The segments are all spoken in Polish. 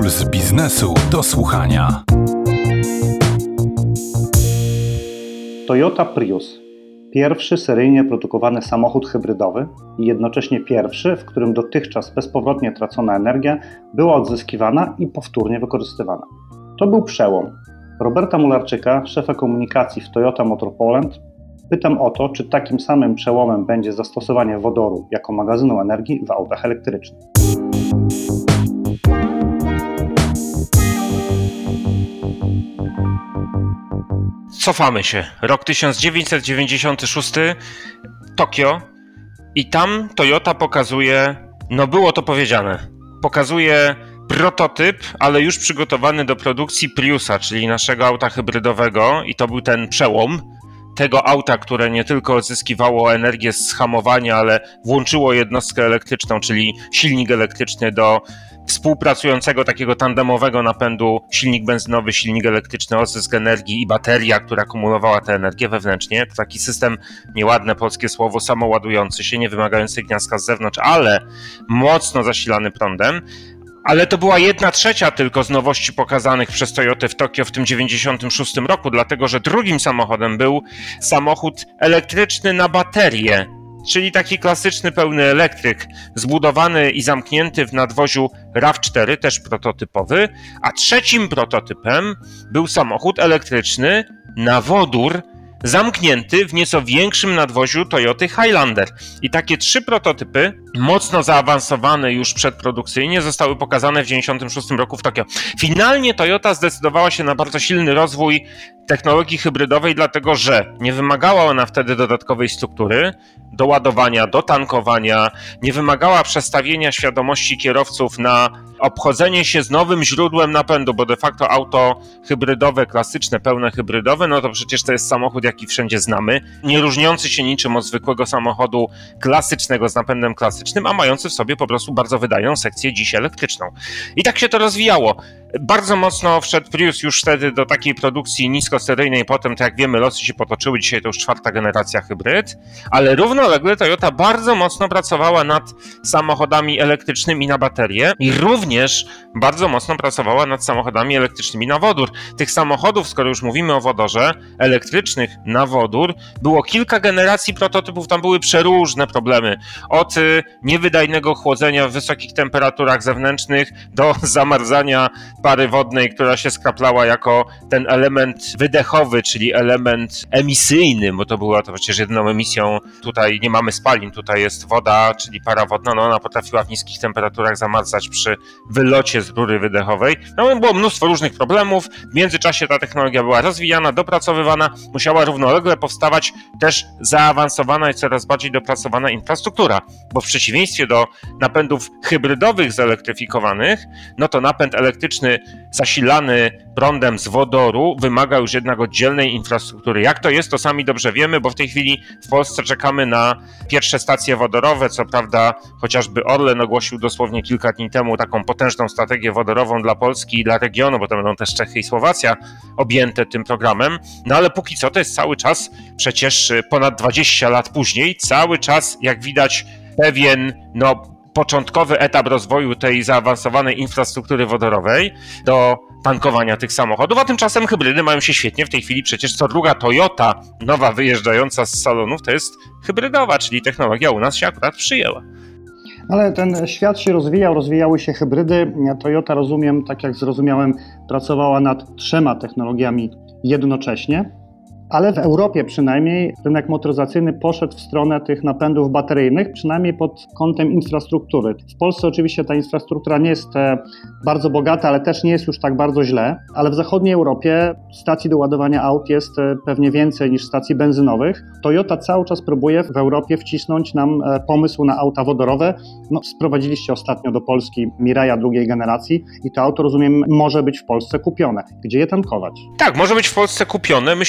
Z biznesu do słuchania. Toyota Prius. Pierwszy seryjnie produkowany samochód hybrydowy i jednocześnie pierwszy, w którym dotychczas bezpowrotnie tracona energia była odzyskiwana i powtórnie wykorzystywana. To był przełom. Roberta Mularczyka, szefa komunikacji w Toyota Motor Poland, pytam o to, czy takim samym przełomem będzie zastosowanie wodoru jako magazynu energii w autach elektrycznych. Cofamy się. Rok 1996, Tokio, i tam Toyota pokazuje, było to powiedziane, pokazuje prototyp, ale już przygotowany do produkcji Priusa, czyli naszego auta hybrydowego, i to był ten przełom tego auta, które nie tylko odzyskiwało energię z hamowania, ale włączyło jednostkę elektryczną, czyli silnik elektryczny do współpracującego takiego tandemowego napędu, silnik benzynowy, silnik elektryczny, odzysk energii i bateria, która akumulowała tę energię wewnętrznie. To taki system, nieładne polskie słowo, samoładujący się, nie wymagający gniazdka z zewnątrz, ale mocno zasilany prądem. Ale to była 1/3 tylko z nowości pokazanych przez Toyotę w Tokio w tym 96 roku, dlatego że drugim samochodem był samochód elektryczny na baterię, czyli taki klasyczny pełny elektryk, zbudowany i zamknięty w nadwoziu RAV4, też prototypowy, a trzecim prototypem był samochód elektryczny na wodór, zamknięty w nieco większym nadwoziu Toyoty Highlander. I takie 3 prototypy, mocno zaawansowane już przedprodukcyjnie, zostały pokazane w 1996 roku w Tokio. Finalnie Toyota zdecydowała się na bardzo silny rozwój technologii hybrydowej, dlatego że nie wymagała ona wtedy dodatkowej struktury do ładowania, do tankowania, nie wymagała przestawienia świadomości kierowców na obchodzenie się z nowym źródłem napędu, bo de facto auto hybrydowe, klasyczne, pełne hybrydowe, to przecież to jest samochód, jaki wszędzie znamy, nie różniący się niczym od zwykłego samochodu klasycznego z napędem klasycznym, a mający w sobie po prostu bardzo wydajną sekcję dziś elektryczną. I tak się to rozwijało. Bardzo mocno wszedł Prius już wtedy do takiej produkcji niskoseryjnej, potem, tak jak wiemy, losy się potoczyły, dzisiaj to już 4. generacja hybryd, ale równolegle Toyota bardzo mocno pracowała nad samochodami elektrycznymi na baterie i również bardzo mocno pracowała nad samochodami elektrycznymi na wodór. Tych samochodów, skoro już mówimy o wodorze, elektrycznych na wodór, było kilka generacji prototypów, tam były przeróżne problemy. Od niewydajnego chłodzenia w wysokich temperaturach zewnętrznych do zamarzania pary wodnej, która się skraplała jako ten element wydechowy, czyli element emisyjny, bo to była to przecież jedyną emisją. Tutaj nie mamy spalin, tutaj jest woda, czyli para wodna, ona potrafiła w niskich temperaturach zamarzać przy wylocie z rury wydechowej. Było mnóstwo różnych problemów, w międzyczasie ta technologia była rozwijana, dopracowywana, musiała równolegle powstawać też zaawansowana i coraz bardziej dopracowana infrastruktura, bo w przeciwieństwie do napędów hybrydowych zelektryfikowanych, to napęd elektryczny zasilany prądem z wodoru wymaga już jednak oddzielnej infrastruktury. Jak to jest, to sami dobrze wiemy, bo w tej chwili w Polsce czekamy na pierwsze stacje wodorowe. Co prawda chociażby Orlen ogłosił dosłownie kilka dni temu taką potężną strategię wodorową dla Polski i dla regionu, bo to będą też Czechy i Słowacja objęte tym programem. Ale póki co to jest cały czas, przecież ponad 20 lat później, cały czas, jak widać, pewien początkowy etap rozwoju tej zaawansowanej infrastruktury wodorowej do tankowania tych samochodów, a tymczasem hybrydy mają się świetnie. W tej chwili przecież co druga Toyota nowa wyjeżdżająca z salonów to jest hybrydowa, czyli technologia u nas się akurat przyjęła. Ale ten świat się rozwijał, rozwijały się hybrydy. Toyota, rozumiem, tak jak zrozumiałem, pracowała nad 3 technologiami jednocześnie. Ale w Europie przynajmniej rynek motoryzacyjny poszedł w stronę tych napędów bateryjnych, przynajmniej pod kątem infrastruktury. W Polsce oczywiście ta infrastruktura nie jest bardzo bogata, ale też nie jest już tak bardzo źle, ale w zachodniej Europie stacji do ładowania aut jest pewnie więcej niż stacji benzynowych. Toyota cały czas próbuje w Europie wcisnąć nam pomysł na auta wodorowe. Sprowadziliście ostatnio do Polski Miraja 2. generacji i to auto, rozumiem, może być w Polsce kupione. Gdzie je tankować? Tak, może być w Polsce kupione. My się jeszcze wstrzymamy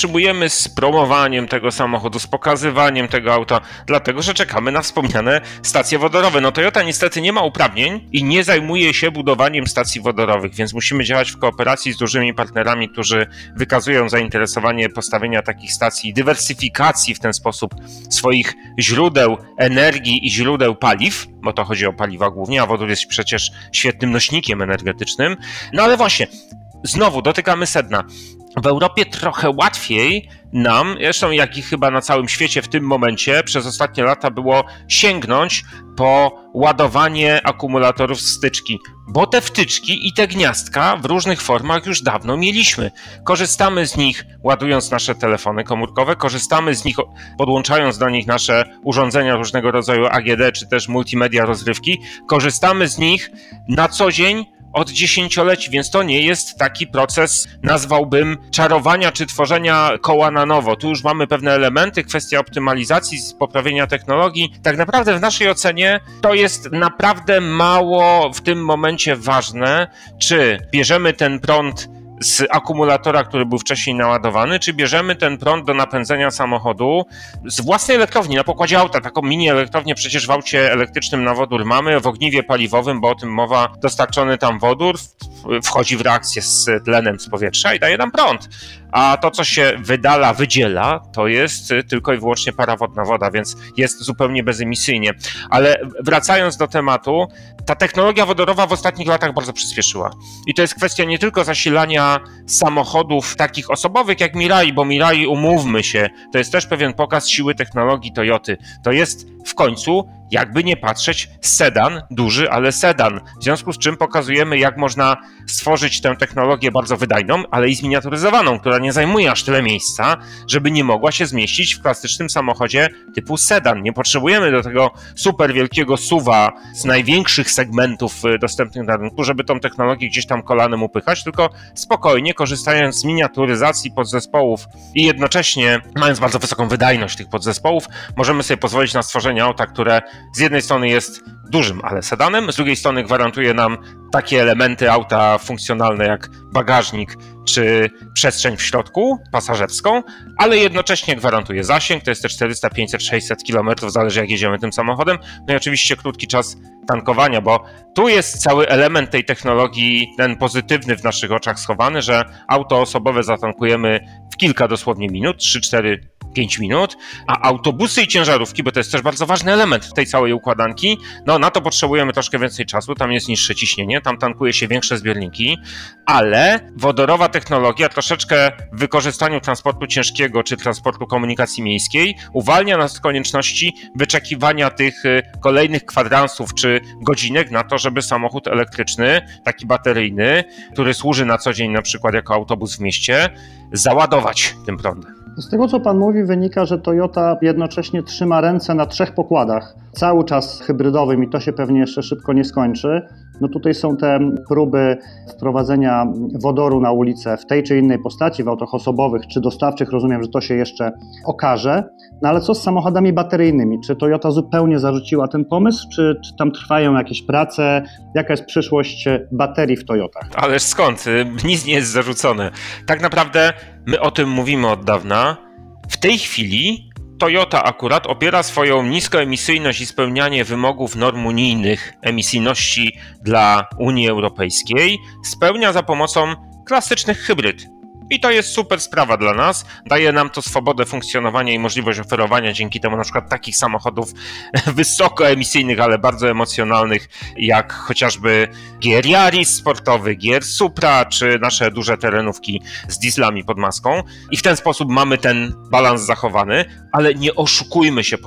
wstrzymujemy z promowaniem tego samochodu, z pokazywaniem tego auta, dlatego że czekamy na wspomniane stacje wodorowe. No Toyota niestety nie ma uprawnień i nie zajmuje się budowaniem stacji wodorowych, więc musimy działać w kooperacji z dużymi partnerami, którzy wykazują zainteresowanie postawienia takich stacji i dywersyfikacji w ten sposób swoich źródeł energii i źródeł paliw, bo to chodzi o paliwa głównie, a wodór jest przecież świetnym nośnikiem energetycznym. No ale właśnie, znowu dotykamy sedna. W Europie trochę łatwiej nam, zresztą jak i chyba na całym świecie w tym momencie, przez ostatnie lata było sięgnąć po ładowanie akumulatorów z wtyczki, bo te wtyczki i te gniazdka w różnych formach już dawno mieliśmy. Korzystamy z nich ładując nasze telefony komórkowe, korzystamy z nich podłączając do nich nasze urządzenia różnego rodzaju AGD czy też multimedia rozrywki, korzystamy z nich na co dzień od dziesięcioleci, więc to nie jest taki proces, nazwałbym, czarowania czy tworzenia koła na nowo. Tu już mamy pewne elementy, kwestia optymalizacji, poprawienia technologii. Tak naprawdę w naszej ocenie to jest naprawdę mało w tym momencie ważne, czy bierzemy ten prąd z akumulatora, który był wcześniej naładowany, czy bierzemy ten prąd do napędzenia samochodu z własnej elektrowni, na pokładzie auta. Taką mini elektrownię przecież w aucie elektrycznym na wodór mamy, w ogniwie paliwowym, bo o tym mowa, dostarczony tam wodór wchodzi w reakcję z tlenem z powietrza i daje nam prąd. A to, co się wydziela, to jest tylko i wyłącznie para wodna woda, więc jest zupełnie bezemisyjnie. Ale wracając do tematu, ta technologia wodorowa w ostatnich latach bardzo przyspieszyła. I to jest kwestia nie tylko zasilania samochodów takich osobowych jak Mirai, bo Mirai, umówmy się, to jest też pewien pokaz siły technologii Toyoty. To jest w końcu, jakby nie patrzeć, sedan, duży, ale sedan. W związku z czym pokazujemy, jak można stworzyć tę technologię bardzo wydajną, ale i zminiaturyzowaną, która nie zajmuje aż tyle miejsca, żeby nie mogła się zmieścić w klasycznym samochodzie typu sedan. Nie potrzebujemy do tego super wielkiego SUV-a z największych segmentów dostępnych na rynku, żeby tą technologię gdzieś tam kolanem upychać, tylko spokojnie, korzystając z miniaturyzacji podzespołów i jednocześnie mając bardzo wysoką wydajność tych podzespołów, możemy sobie pozwolić na stworzenie auta, które z jednej strony jest dużym, ale sedanem, z drugiej strony gwarantuje nam takie elementy auta funkcjonalne jak bagażnik czy przestrzeń w środku pasażerską, ale jednocześnie gwarantuje zasięg, to jest te 400, 500, 600 km, zależy jak jedziemy tym samochodem, no i oczywiście krótki czas tankowania, bo tu jest cały element tej technologii, ten pozytywny w naszych oczach schowany, że auto osobowe zatankujemy w kilka dosłownie minut, 3, 4, 5 minut, a autobusy i ciężarówki, bo to jest też bardzo ważny element tej całej układanki, no na to potrzebujemy troszkę więcej czasu, tam jest niższe ciśnienie, tam tankuje się większe zbiorniki, ale wodorowa technologia troszeczkę w wykorzystaniu transportu ciężkiego czy transportu komunikacji miejskiej uwalnia nas z konieczności wyczekiwania tych kolejnych kwadransów czy godzinek na to, żeby samochód elektryczny, taki bateryjny, który służy na co dzień na przykład jako autobus w mieście, załadować tym prądem. Z tego, co Pan mówi, wynika, że Toyota jednocześnie trzyma ręce na 3 pokładach, cały czas hybrydowym i to się pewnie jeszcze szybko nie skończy. No tutaj są te próby wprowadzenia wodoru na ulicę w tej czy innej postaci, w autach osobowych czy dostawczych, rozumiem, że to się jeszcze okaże. No ale co z samochodami bateryjnymi? Czy Toyota zupełnie zarzuciła ten pomysł, czy tam trwają jakieś prace? Jaka jest przyszłość baterii w Toyotach? Ależ skąd? Nic nie jest zarzucone. Tak naprawdę my o tym mówimy od dawna. W tej chwili Toyota akurat opiera swoją niskoemisyjność i spełnianie wymogów norm unijnych emisyjności dla Unii Europejskiej spełnia za pomocą klasycznych hybryd. I to jest super sprawa dla nas, daje nam to swobodę funkcjonowania i możliwość oferowania dzięki temu na przykład takich samochodów wysokoemisyjnych, ale bardzo emocjonalnych, jak chociażby GR Yaris sportowy, GR Supra, czy nasze duże terenówki z dieslami pod maską. I w ten sposób mamy ten balans zachowany, ale nie oszukujmy się, po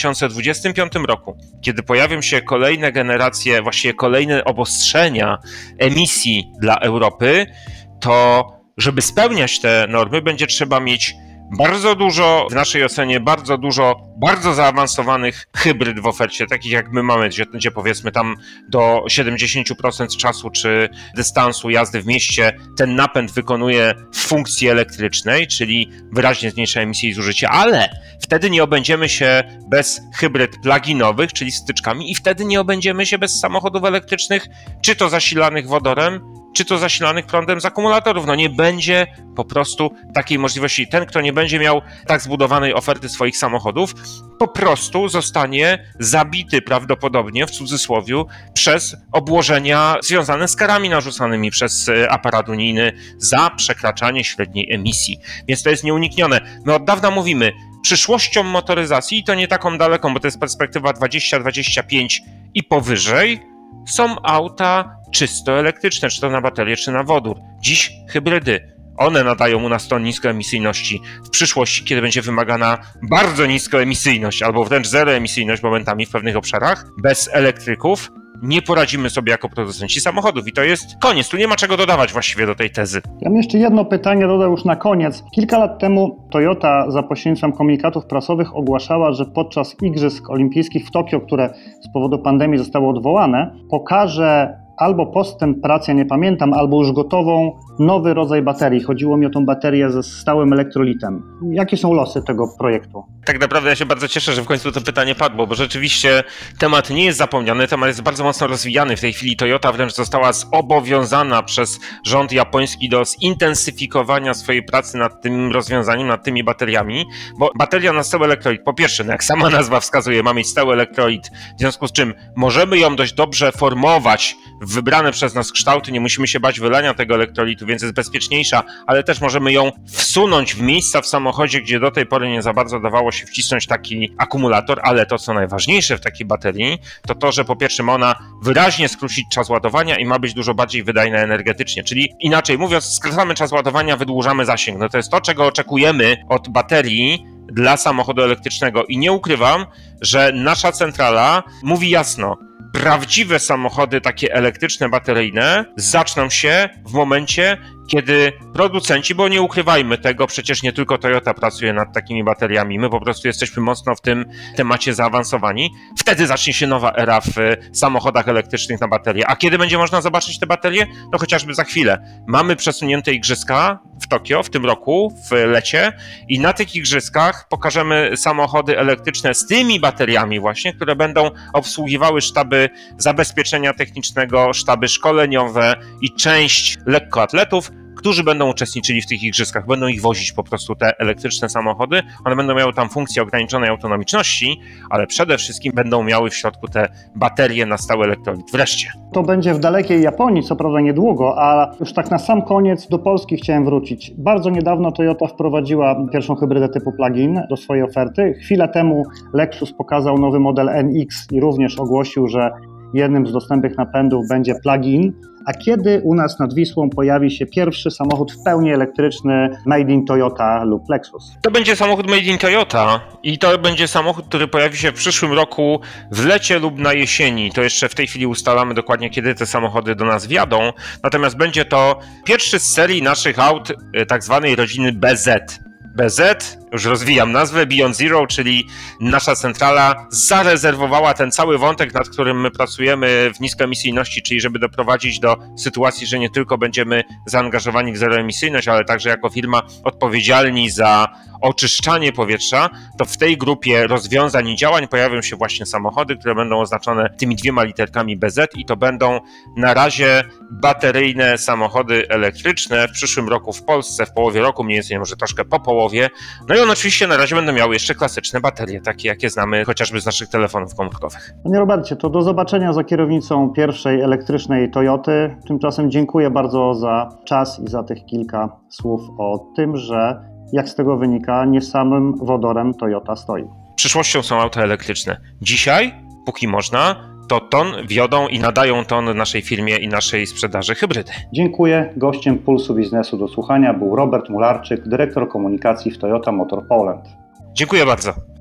2025 roku, kiedy pojawią się kolejne generacje, właściwie kolejne obostrzenia emisji dla Europy, to żeby spełniać te normy, będzie trzeba mieć bardzo dużo, w naszej ocenie, bardzo zaawansowanych hybryd w ofercie, takich jak my mamy, gdzie powiedzmy tam do 70% czasu czy dystansu jazdy w mieście ten napęd wykonuje w funkcji elektrycznej, czyli wyraźnie zmniejsza emisję i zużycie, ale wtedy nie obędziemy się bez hybryd plug-inowych, czyli z wtyczkami, i wtedy nie obędziemy się bez samochodów elektrycznych, czy to zasilanych wodorem, czy to zasilanych prądem z akumulatorów. No nie będzie po prostu takiej możliwości. Ten, kto nie będzie miał tak zbudowanej oferty swoich samochodów, po prostu zostanie zabity prawdopodobnie, w cudzysłowie, przez obłożenia związane z karami narzucanymi przez aparat unijny za przekraczanie średniej emisji. Więc to jest nieuniknione. My od dawna mówimy, przyszłością motoryzacji, i to nie taką daleką, bo to jest perspektywa 20-25 i powyżej, są auta czysto elektryczne, czy to na baterię, czy na wodór. Dziś hybrydy. One nadają u nas tą niskoemisyjności. W przyszłości, kiedy będzie wymagana bardzo niskoemisyjność, albo wręcz zeroemisyjność momentami w pewnych obszarach, bez elektryków nie poradzimy sobie jako producenci samochodów. I to jest koniec. Tu nie ma czego dodawać właściwie do tej tezy. Ja mam jeszcze jedno pytanie, dodam już na koniec. Kilka lat temu Toyota za pośrednictwem komunikatów prasowych ogłaszała, że podczas Igrzysk Olimpijskich w Tokio, które z powodu pandemii zostały odwołane, pokaże albo postęp pracy, ja nie pamiętam, albo już gotową nowy rodzaj baterii. Chodziło mi o tą baterię ze stałym elektrolitem. Jakie są losy tego projektu? Tak naprawdę ja się bardzo cieszę, że w końcu to pytanie padło, bo rzeczywiście temat nie jest zapomniany, temat jest bardzo mocno rozwijany. W tej chwili Toyota wręcz została zobowiązana przez rząd japoński do zintensyfikowania swojej pracy nad tym rozwiązaniem, nad tymi bateriami, bo bateria na stały elektrolit, po pierwsze, no jak sama nazwa wskazuje, ma mieć stały elektrolit, w związku z czym możemy ją dość dobrze formować w wybrane przez nas kształty, nie musimy się bać wylania tego elektrolitu, więc jest bezpieczniejsza, ale też możemy ją wsunąć w miejsca w samochodzie, gdzie do tej pory nie za bardzo dawało się wcisnąć taki akumulator, ale to, co najważniejsze w takiej baterii, to to, że po pierwsze ma ona wyraźnie skrócić czas ładowania i ma być dużo bardziej wydajna energetycznie, czyli inaczej mówiąc, skracamy czas ładowania, wydłużamy zasięg. No to jest to, czego oczekujemy od baterii dla samochodu elektrycznego i nie ukrywam, że nasza centrala mówi jasno, prawdziwe samochody takie elektryczne, bateryjne zaczną się w momencie, kiedy producenci, bo nie ukrywajmy tego, przecież nie tylko Toyota pracuje nad takimi bateriami, my po prostu jesteśmy mocno w tym temacie zaawansowani, wtedy zacznie się nowa era w samochodach elektrycznych na baterie. A kiedy będzie można zobaczyć te baterie? No chociażby za chwilę. Mamy przesunięte igrzyska w Tokio w tym roku, w lecie, i na tych igrzyskach pokażemy samochody elektryczne z tymi bateriami właśnie, które będą obsługiwały sztaby zabezpieczenia technicznego, sztaby szkoleniowe i część lekkoatletów, którzy będą uczestniczyli w tych igrzyskach, będą ich wozić po prostu te elektryczne samochody, one będą miały tam funkcję ograniczonej autonomiczności, ale przede wszystkim będą miały w środku te baterie na stały elektrolit. Wreszcie. To będzie w dalekiej Japonii, co prawda niedługo, a już tak na sam koniec do Polski chciałem wrócić. Bardzo niedawno Toyota wprowadziła pierwszą hybrydę typu plug-in do swojej oferty. Chwilę temu Lexus pokazał nowy model NX i również ogłosił, że jednym z dostępnych napędów będzie plug-in. A kiedy u nas nad Wisłą pojawi się pierwszy samochód w pełni elektryczny Made in Toyota lub Lexus? To będzie samochód Made in Toyota i to będzie samochód, który pojawi się w przyszłym roku w lecie lub na jesieni. To jeszcze w tej chwili ustalamy dokładnie, kiedy te samochody do nas wjadą. Natomiast będzie to pierwszy z serii naszych aut tak zwanej rodziny BZ. BZ, już rozwijam nazwę, Beyond Zero, czyli nasza centrala zarezerwowała ten cały wątek, nad którym my pracujemy w niskoemisyjności, czyli żeby doprowadzić do sytuacji, że nie tylko będziemy zaangażowani w zeroemisyjność, ale także jako firma odpowiedzialni za oczyszczanie powietrza, to w tej grupie rozwiązań i działań pojawią się właśnie samochody, które będą oznaczone tymi 2 literkami BZ i to będą na razie bateryjne samochody elektryczne w przyszłym roku w Polsce, w połowie roku mniej więcej, może troszkę po połowie. No i one oczywiście na razie będą miały jeszcze klasyczne baterie, takie jakie znamy chociażby z naszych telefonów komórkowych. Panie Robercie, to do zobaczenia za kierownicą pierwszej elektrycznej Toyoty. Tymczasem dziękuję bardzo za czas i za tych kilka słów o tym, że jak z tego wynika, nie samym wodorem Toyota stoi. Przyszłością są auta elektryczne. Dzisiaj, póki można, to ton wiodą i nadają ton naszej firmie i naszej sprzedaży hybrydy. Dziękuję. Gościem Pulsu Biznesu do Słuchania był Robert Mularczyk, dyrektor komunikacji w Toyota Motor Poland. Dziękuję bardzo.